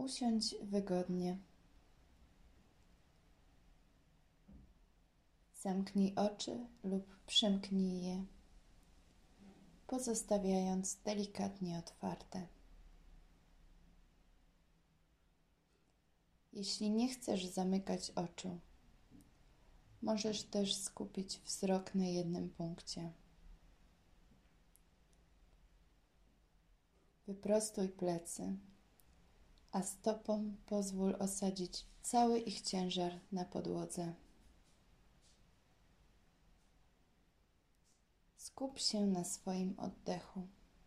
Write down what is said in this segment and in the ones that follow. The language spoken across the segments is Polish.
Usiądź wygodnie. Zamknij oczy lub przymknij je, pozostawiając delikatnie otwarte. Jeśli nie chcesz zamykać oczu, możesz też skupić wzrok na jednym punkcie. Wyprostuj plecy, a stopom pozwól osadzić cały ich ciężar na podłodze. Skup się na swoim oddechu.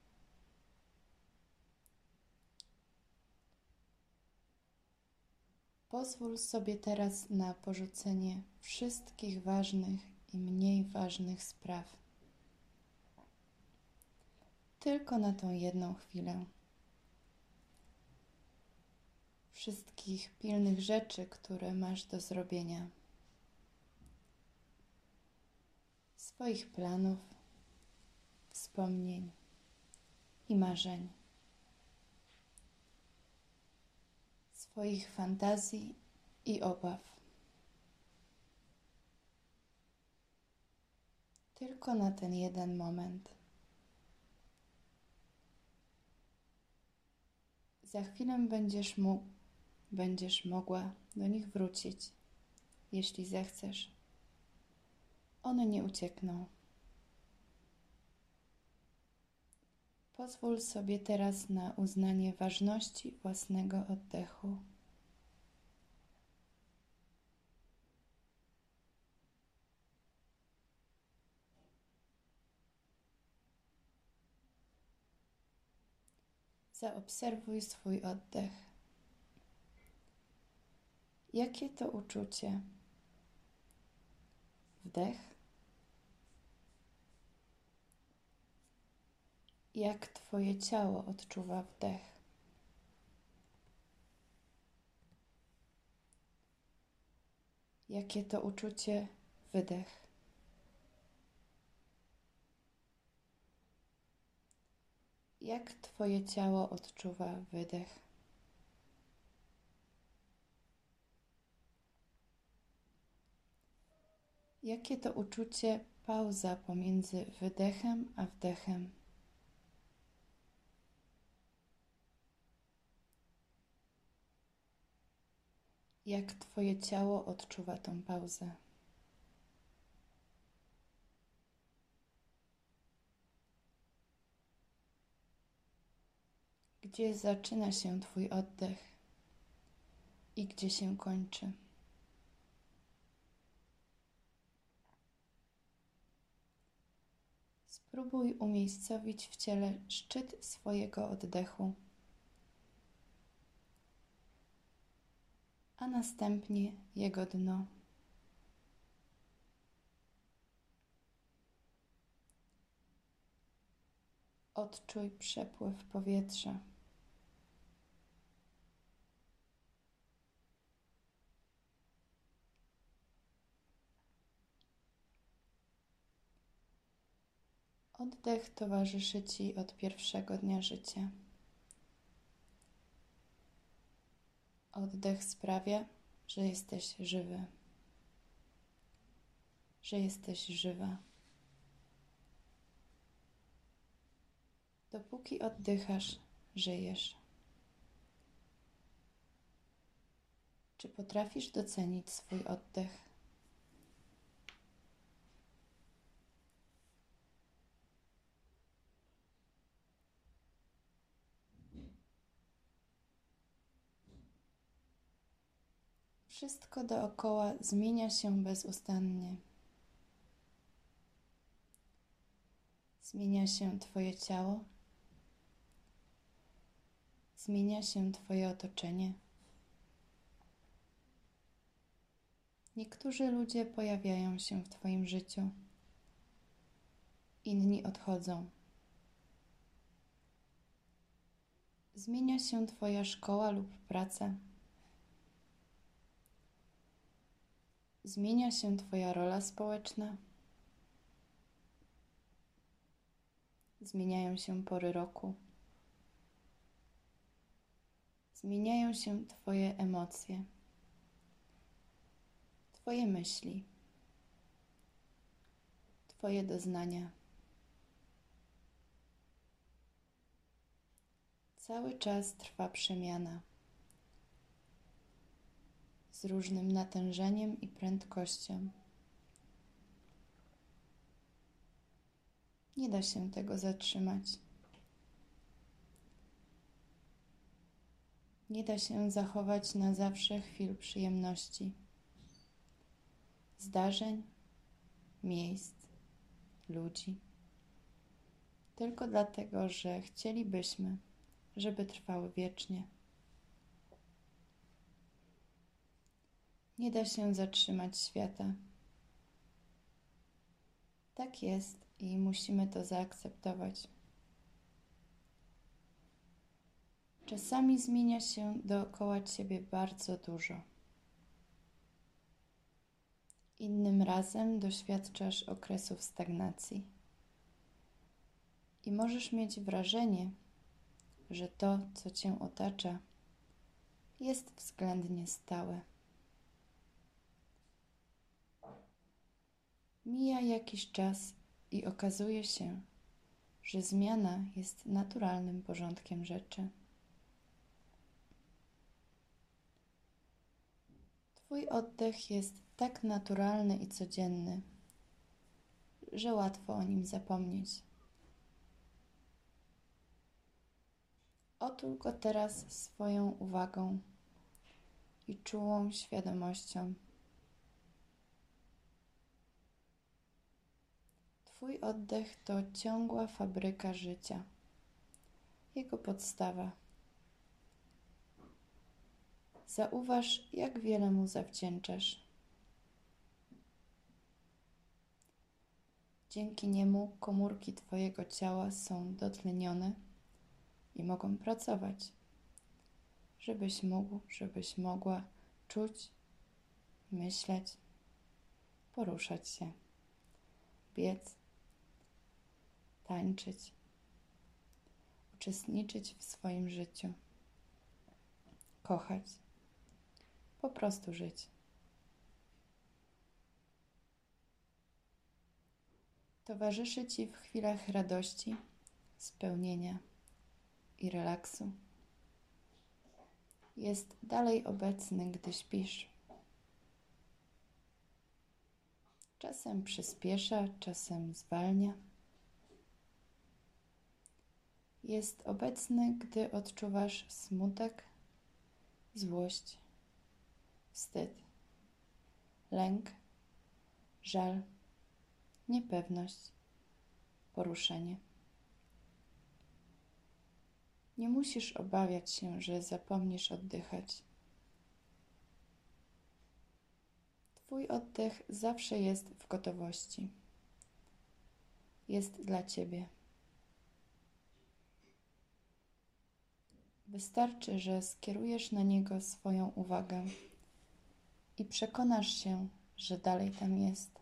Pozwól sobie teraz na porzucenie wszystkich ważnych i mniej ważnych spraw. Tylko na tą jedną chwilę. Wszystkich pilnych rzeczy, które masz do zrobienia. Swoich planów, wspomnień i marzeń. Swoich fantazji i obaw. Tylko na ten jeden moment. Za chwilę będziesz mogła do nich wrócić, jeśli zechcesz. One nie uciekną. Pozwól sobie teraz na uznanie ważności własnego oddechu. Zaobserwuj swój oddech. Jakie to uczucie? Wdech. Jak Twoje ciało odczuwa wdech? Jakie to uczucie? Wydech. Jak Twoje ciało odczuwa wydech? Jakie to uczucie pauza pomiędzy wydechem a wdechem? Jak Twoje ciało odczuwa tą pauzę? Gdzie zaczyna się Twój oddech i gdzie się kończy? Spróbuj umiejscowić w ciele szczyt swojego oddechu, a następnie jego dno. Odczuj przepływ powietrza. Oddech towarzyszy Ci od pierwszego dnia życia. Oddech sprawia, że jesteś żywy, że jesteś żywa. Dopóki oddychasz, żyjesz. Czy potrafisz docenić swój oddech? Wszystko dookoła zmienia się bezustannie. Zmienia się Twoje ciało, zmienia się Twoje otoczenie. Niektórzy ludzie pojawiają się w Twoim życiu, inni odchodzą. Zmienia się Twoja szkoła lub praca. Zmienia się Twoja rola społeczna. Zmieniają się pory roku. zmieniają się Twoje emocje, Twoje myśli, Twoje doznania. Cały czas trwa przemiana z różnym natężeniem i prędkością. Nie da się tego zatrzymać. Nie da się zachować na zawsze chwil przyjemności, zdarzeń, miejsc, ludzi. Tylko dlatego, że chcielibyśmy, żeby trwały wiecznie. Nie da się zatrzymać świata. Tak jest i musimy to zaakceptować. Czasami zmienia się dookoła Ciebie bardzo dużo. Innym razem doświadczasz okresów stagnacji i możesz mieć wrażenie, że to, co Cię otacza, jest względnie stałe. Mija jakiś czas i okazuje się, że zmiana jest naturalnym porządkiem rzeczy. Twój oddech jest tak naturalny i codzienny, że łatwo o nim zapomnieć. Otul go teraz swoją uwagą i czułą świadomością. Twój oddech to ciągła fabryka życia, jego podstawa. Zauważ, jak wiele mu zawdzięczasz. Dzięki niemu komórki Twojego ciała są dotlenione i mogą pracować, żebyś mógł, żebyś mogła czuć, myśleć, poruszać się, biec, tańczyć, uczestniczyć w swoim życiu, kochać, po prostu żyć. Towarzyszy Ci w chwilach radości, spełnienia i relaksu. Jest dalej obecny, gdy śpisz. Czasem przyspiesza, czasem zwalnia. Jest obecny, gdy odczuwasz smutek, złość, wstyd, lęk, żal, niepewność, poruszenie. Nie musisz obawiać się, że zapomnisz oddychać. Twój oddech zawsze jest w gotowości. Jest dla Ciebie. Wystarczy, że skierujesz na niego swoją uwagę i przekonasz się, że dalej tam jest.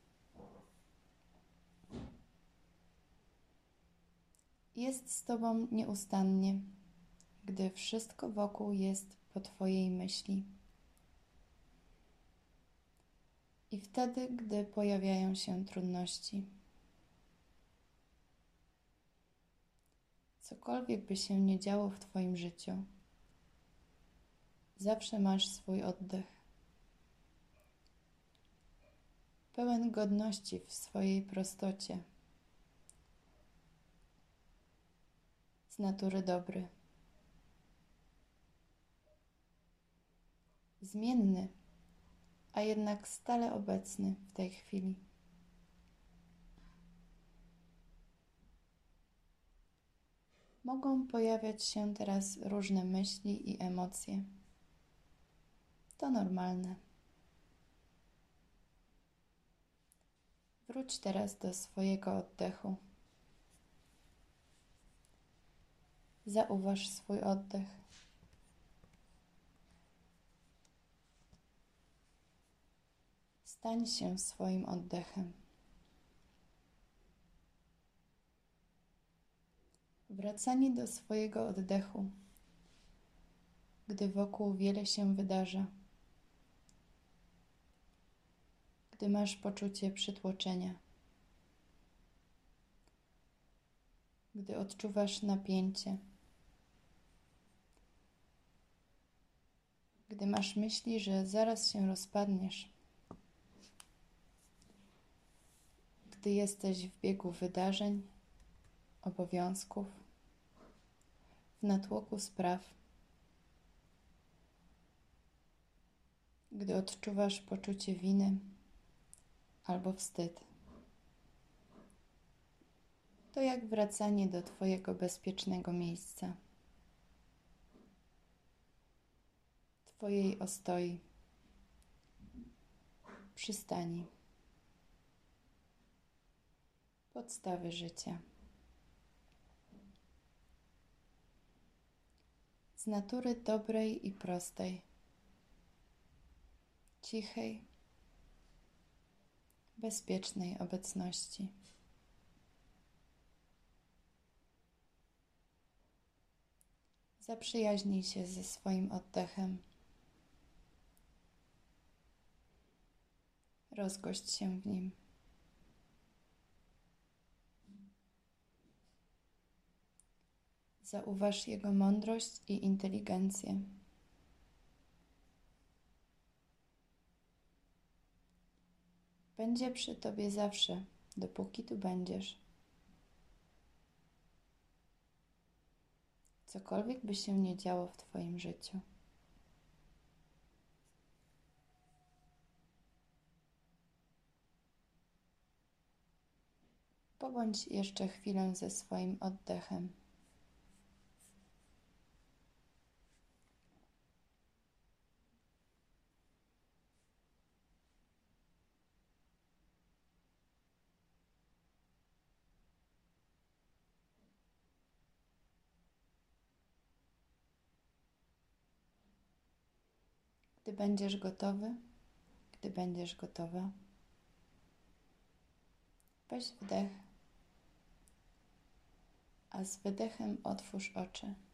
Jest z Tobą nieustannie, gdy wszystko wokół jest po Twojej myśli. I wtedy, gdy pojawiają się trudności. Cokolwiek by się nie działo w Twoim życiu, zawsze masz swój oddech. Pełen godności w swojej prostocie. Z natury dobry. Zmienny, a jednak stale obecny w tej chwili. Mogą pojawiać się teraz różne myśli i emocje. To normalne. Wróć teraz do swojego oddechu. Zauważ swój oddech. Stań się swoim oddechem. Wracanie do swojego oddechu gdy wokół wiele się wydarza, gdy masz poczucie przytłoczenia, gdy odczuwasz napięcie, gdy masz myśli, że zaraz się rozpadniesz, gdy jesteś w biegu wydarzeń, obowiązków, w natłoku spraw, gdy odczuwasz poczucie winy albo wstyd. To jak wracanie do Twojego bezpiecznego miejsca, Twojej ostoi, przystani, podstawy życia. Z natury dobrej i prostej, cichej, bezpiecznej obecności. Zaprzyjaźnij się ze swoim oddechem. Rozgość się w nim. Zauważ jego mądrość i inteligencję. Będzie przy Tobie zawsze, dopóki tu będziesz. Cokolwiek by się nie działo w Twoim życiu. Pobądź jeszcze chwilę ze swoim oddechem. Gdy będziesz gotowy, gdy będziesz gotowa, weź wdech, a z wydechem otwórz oczy.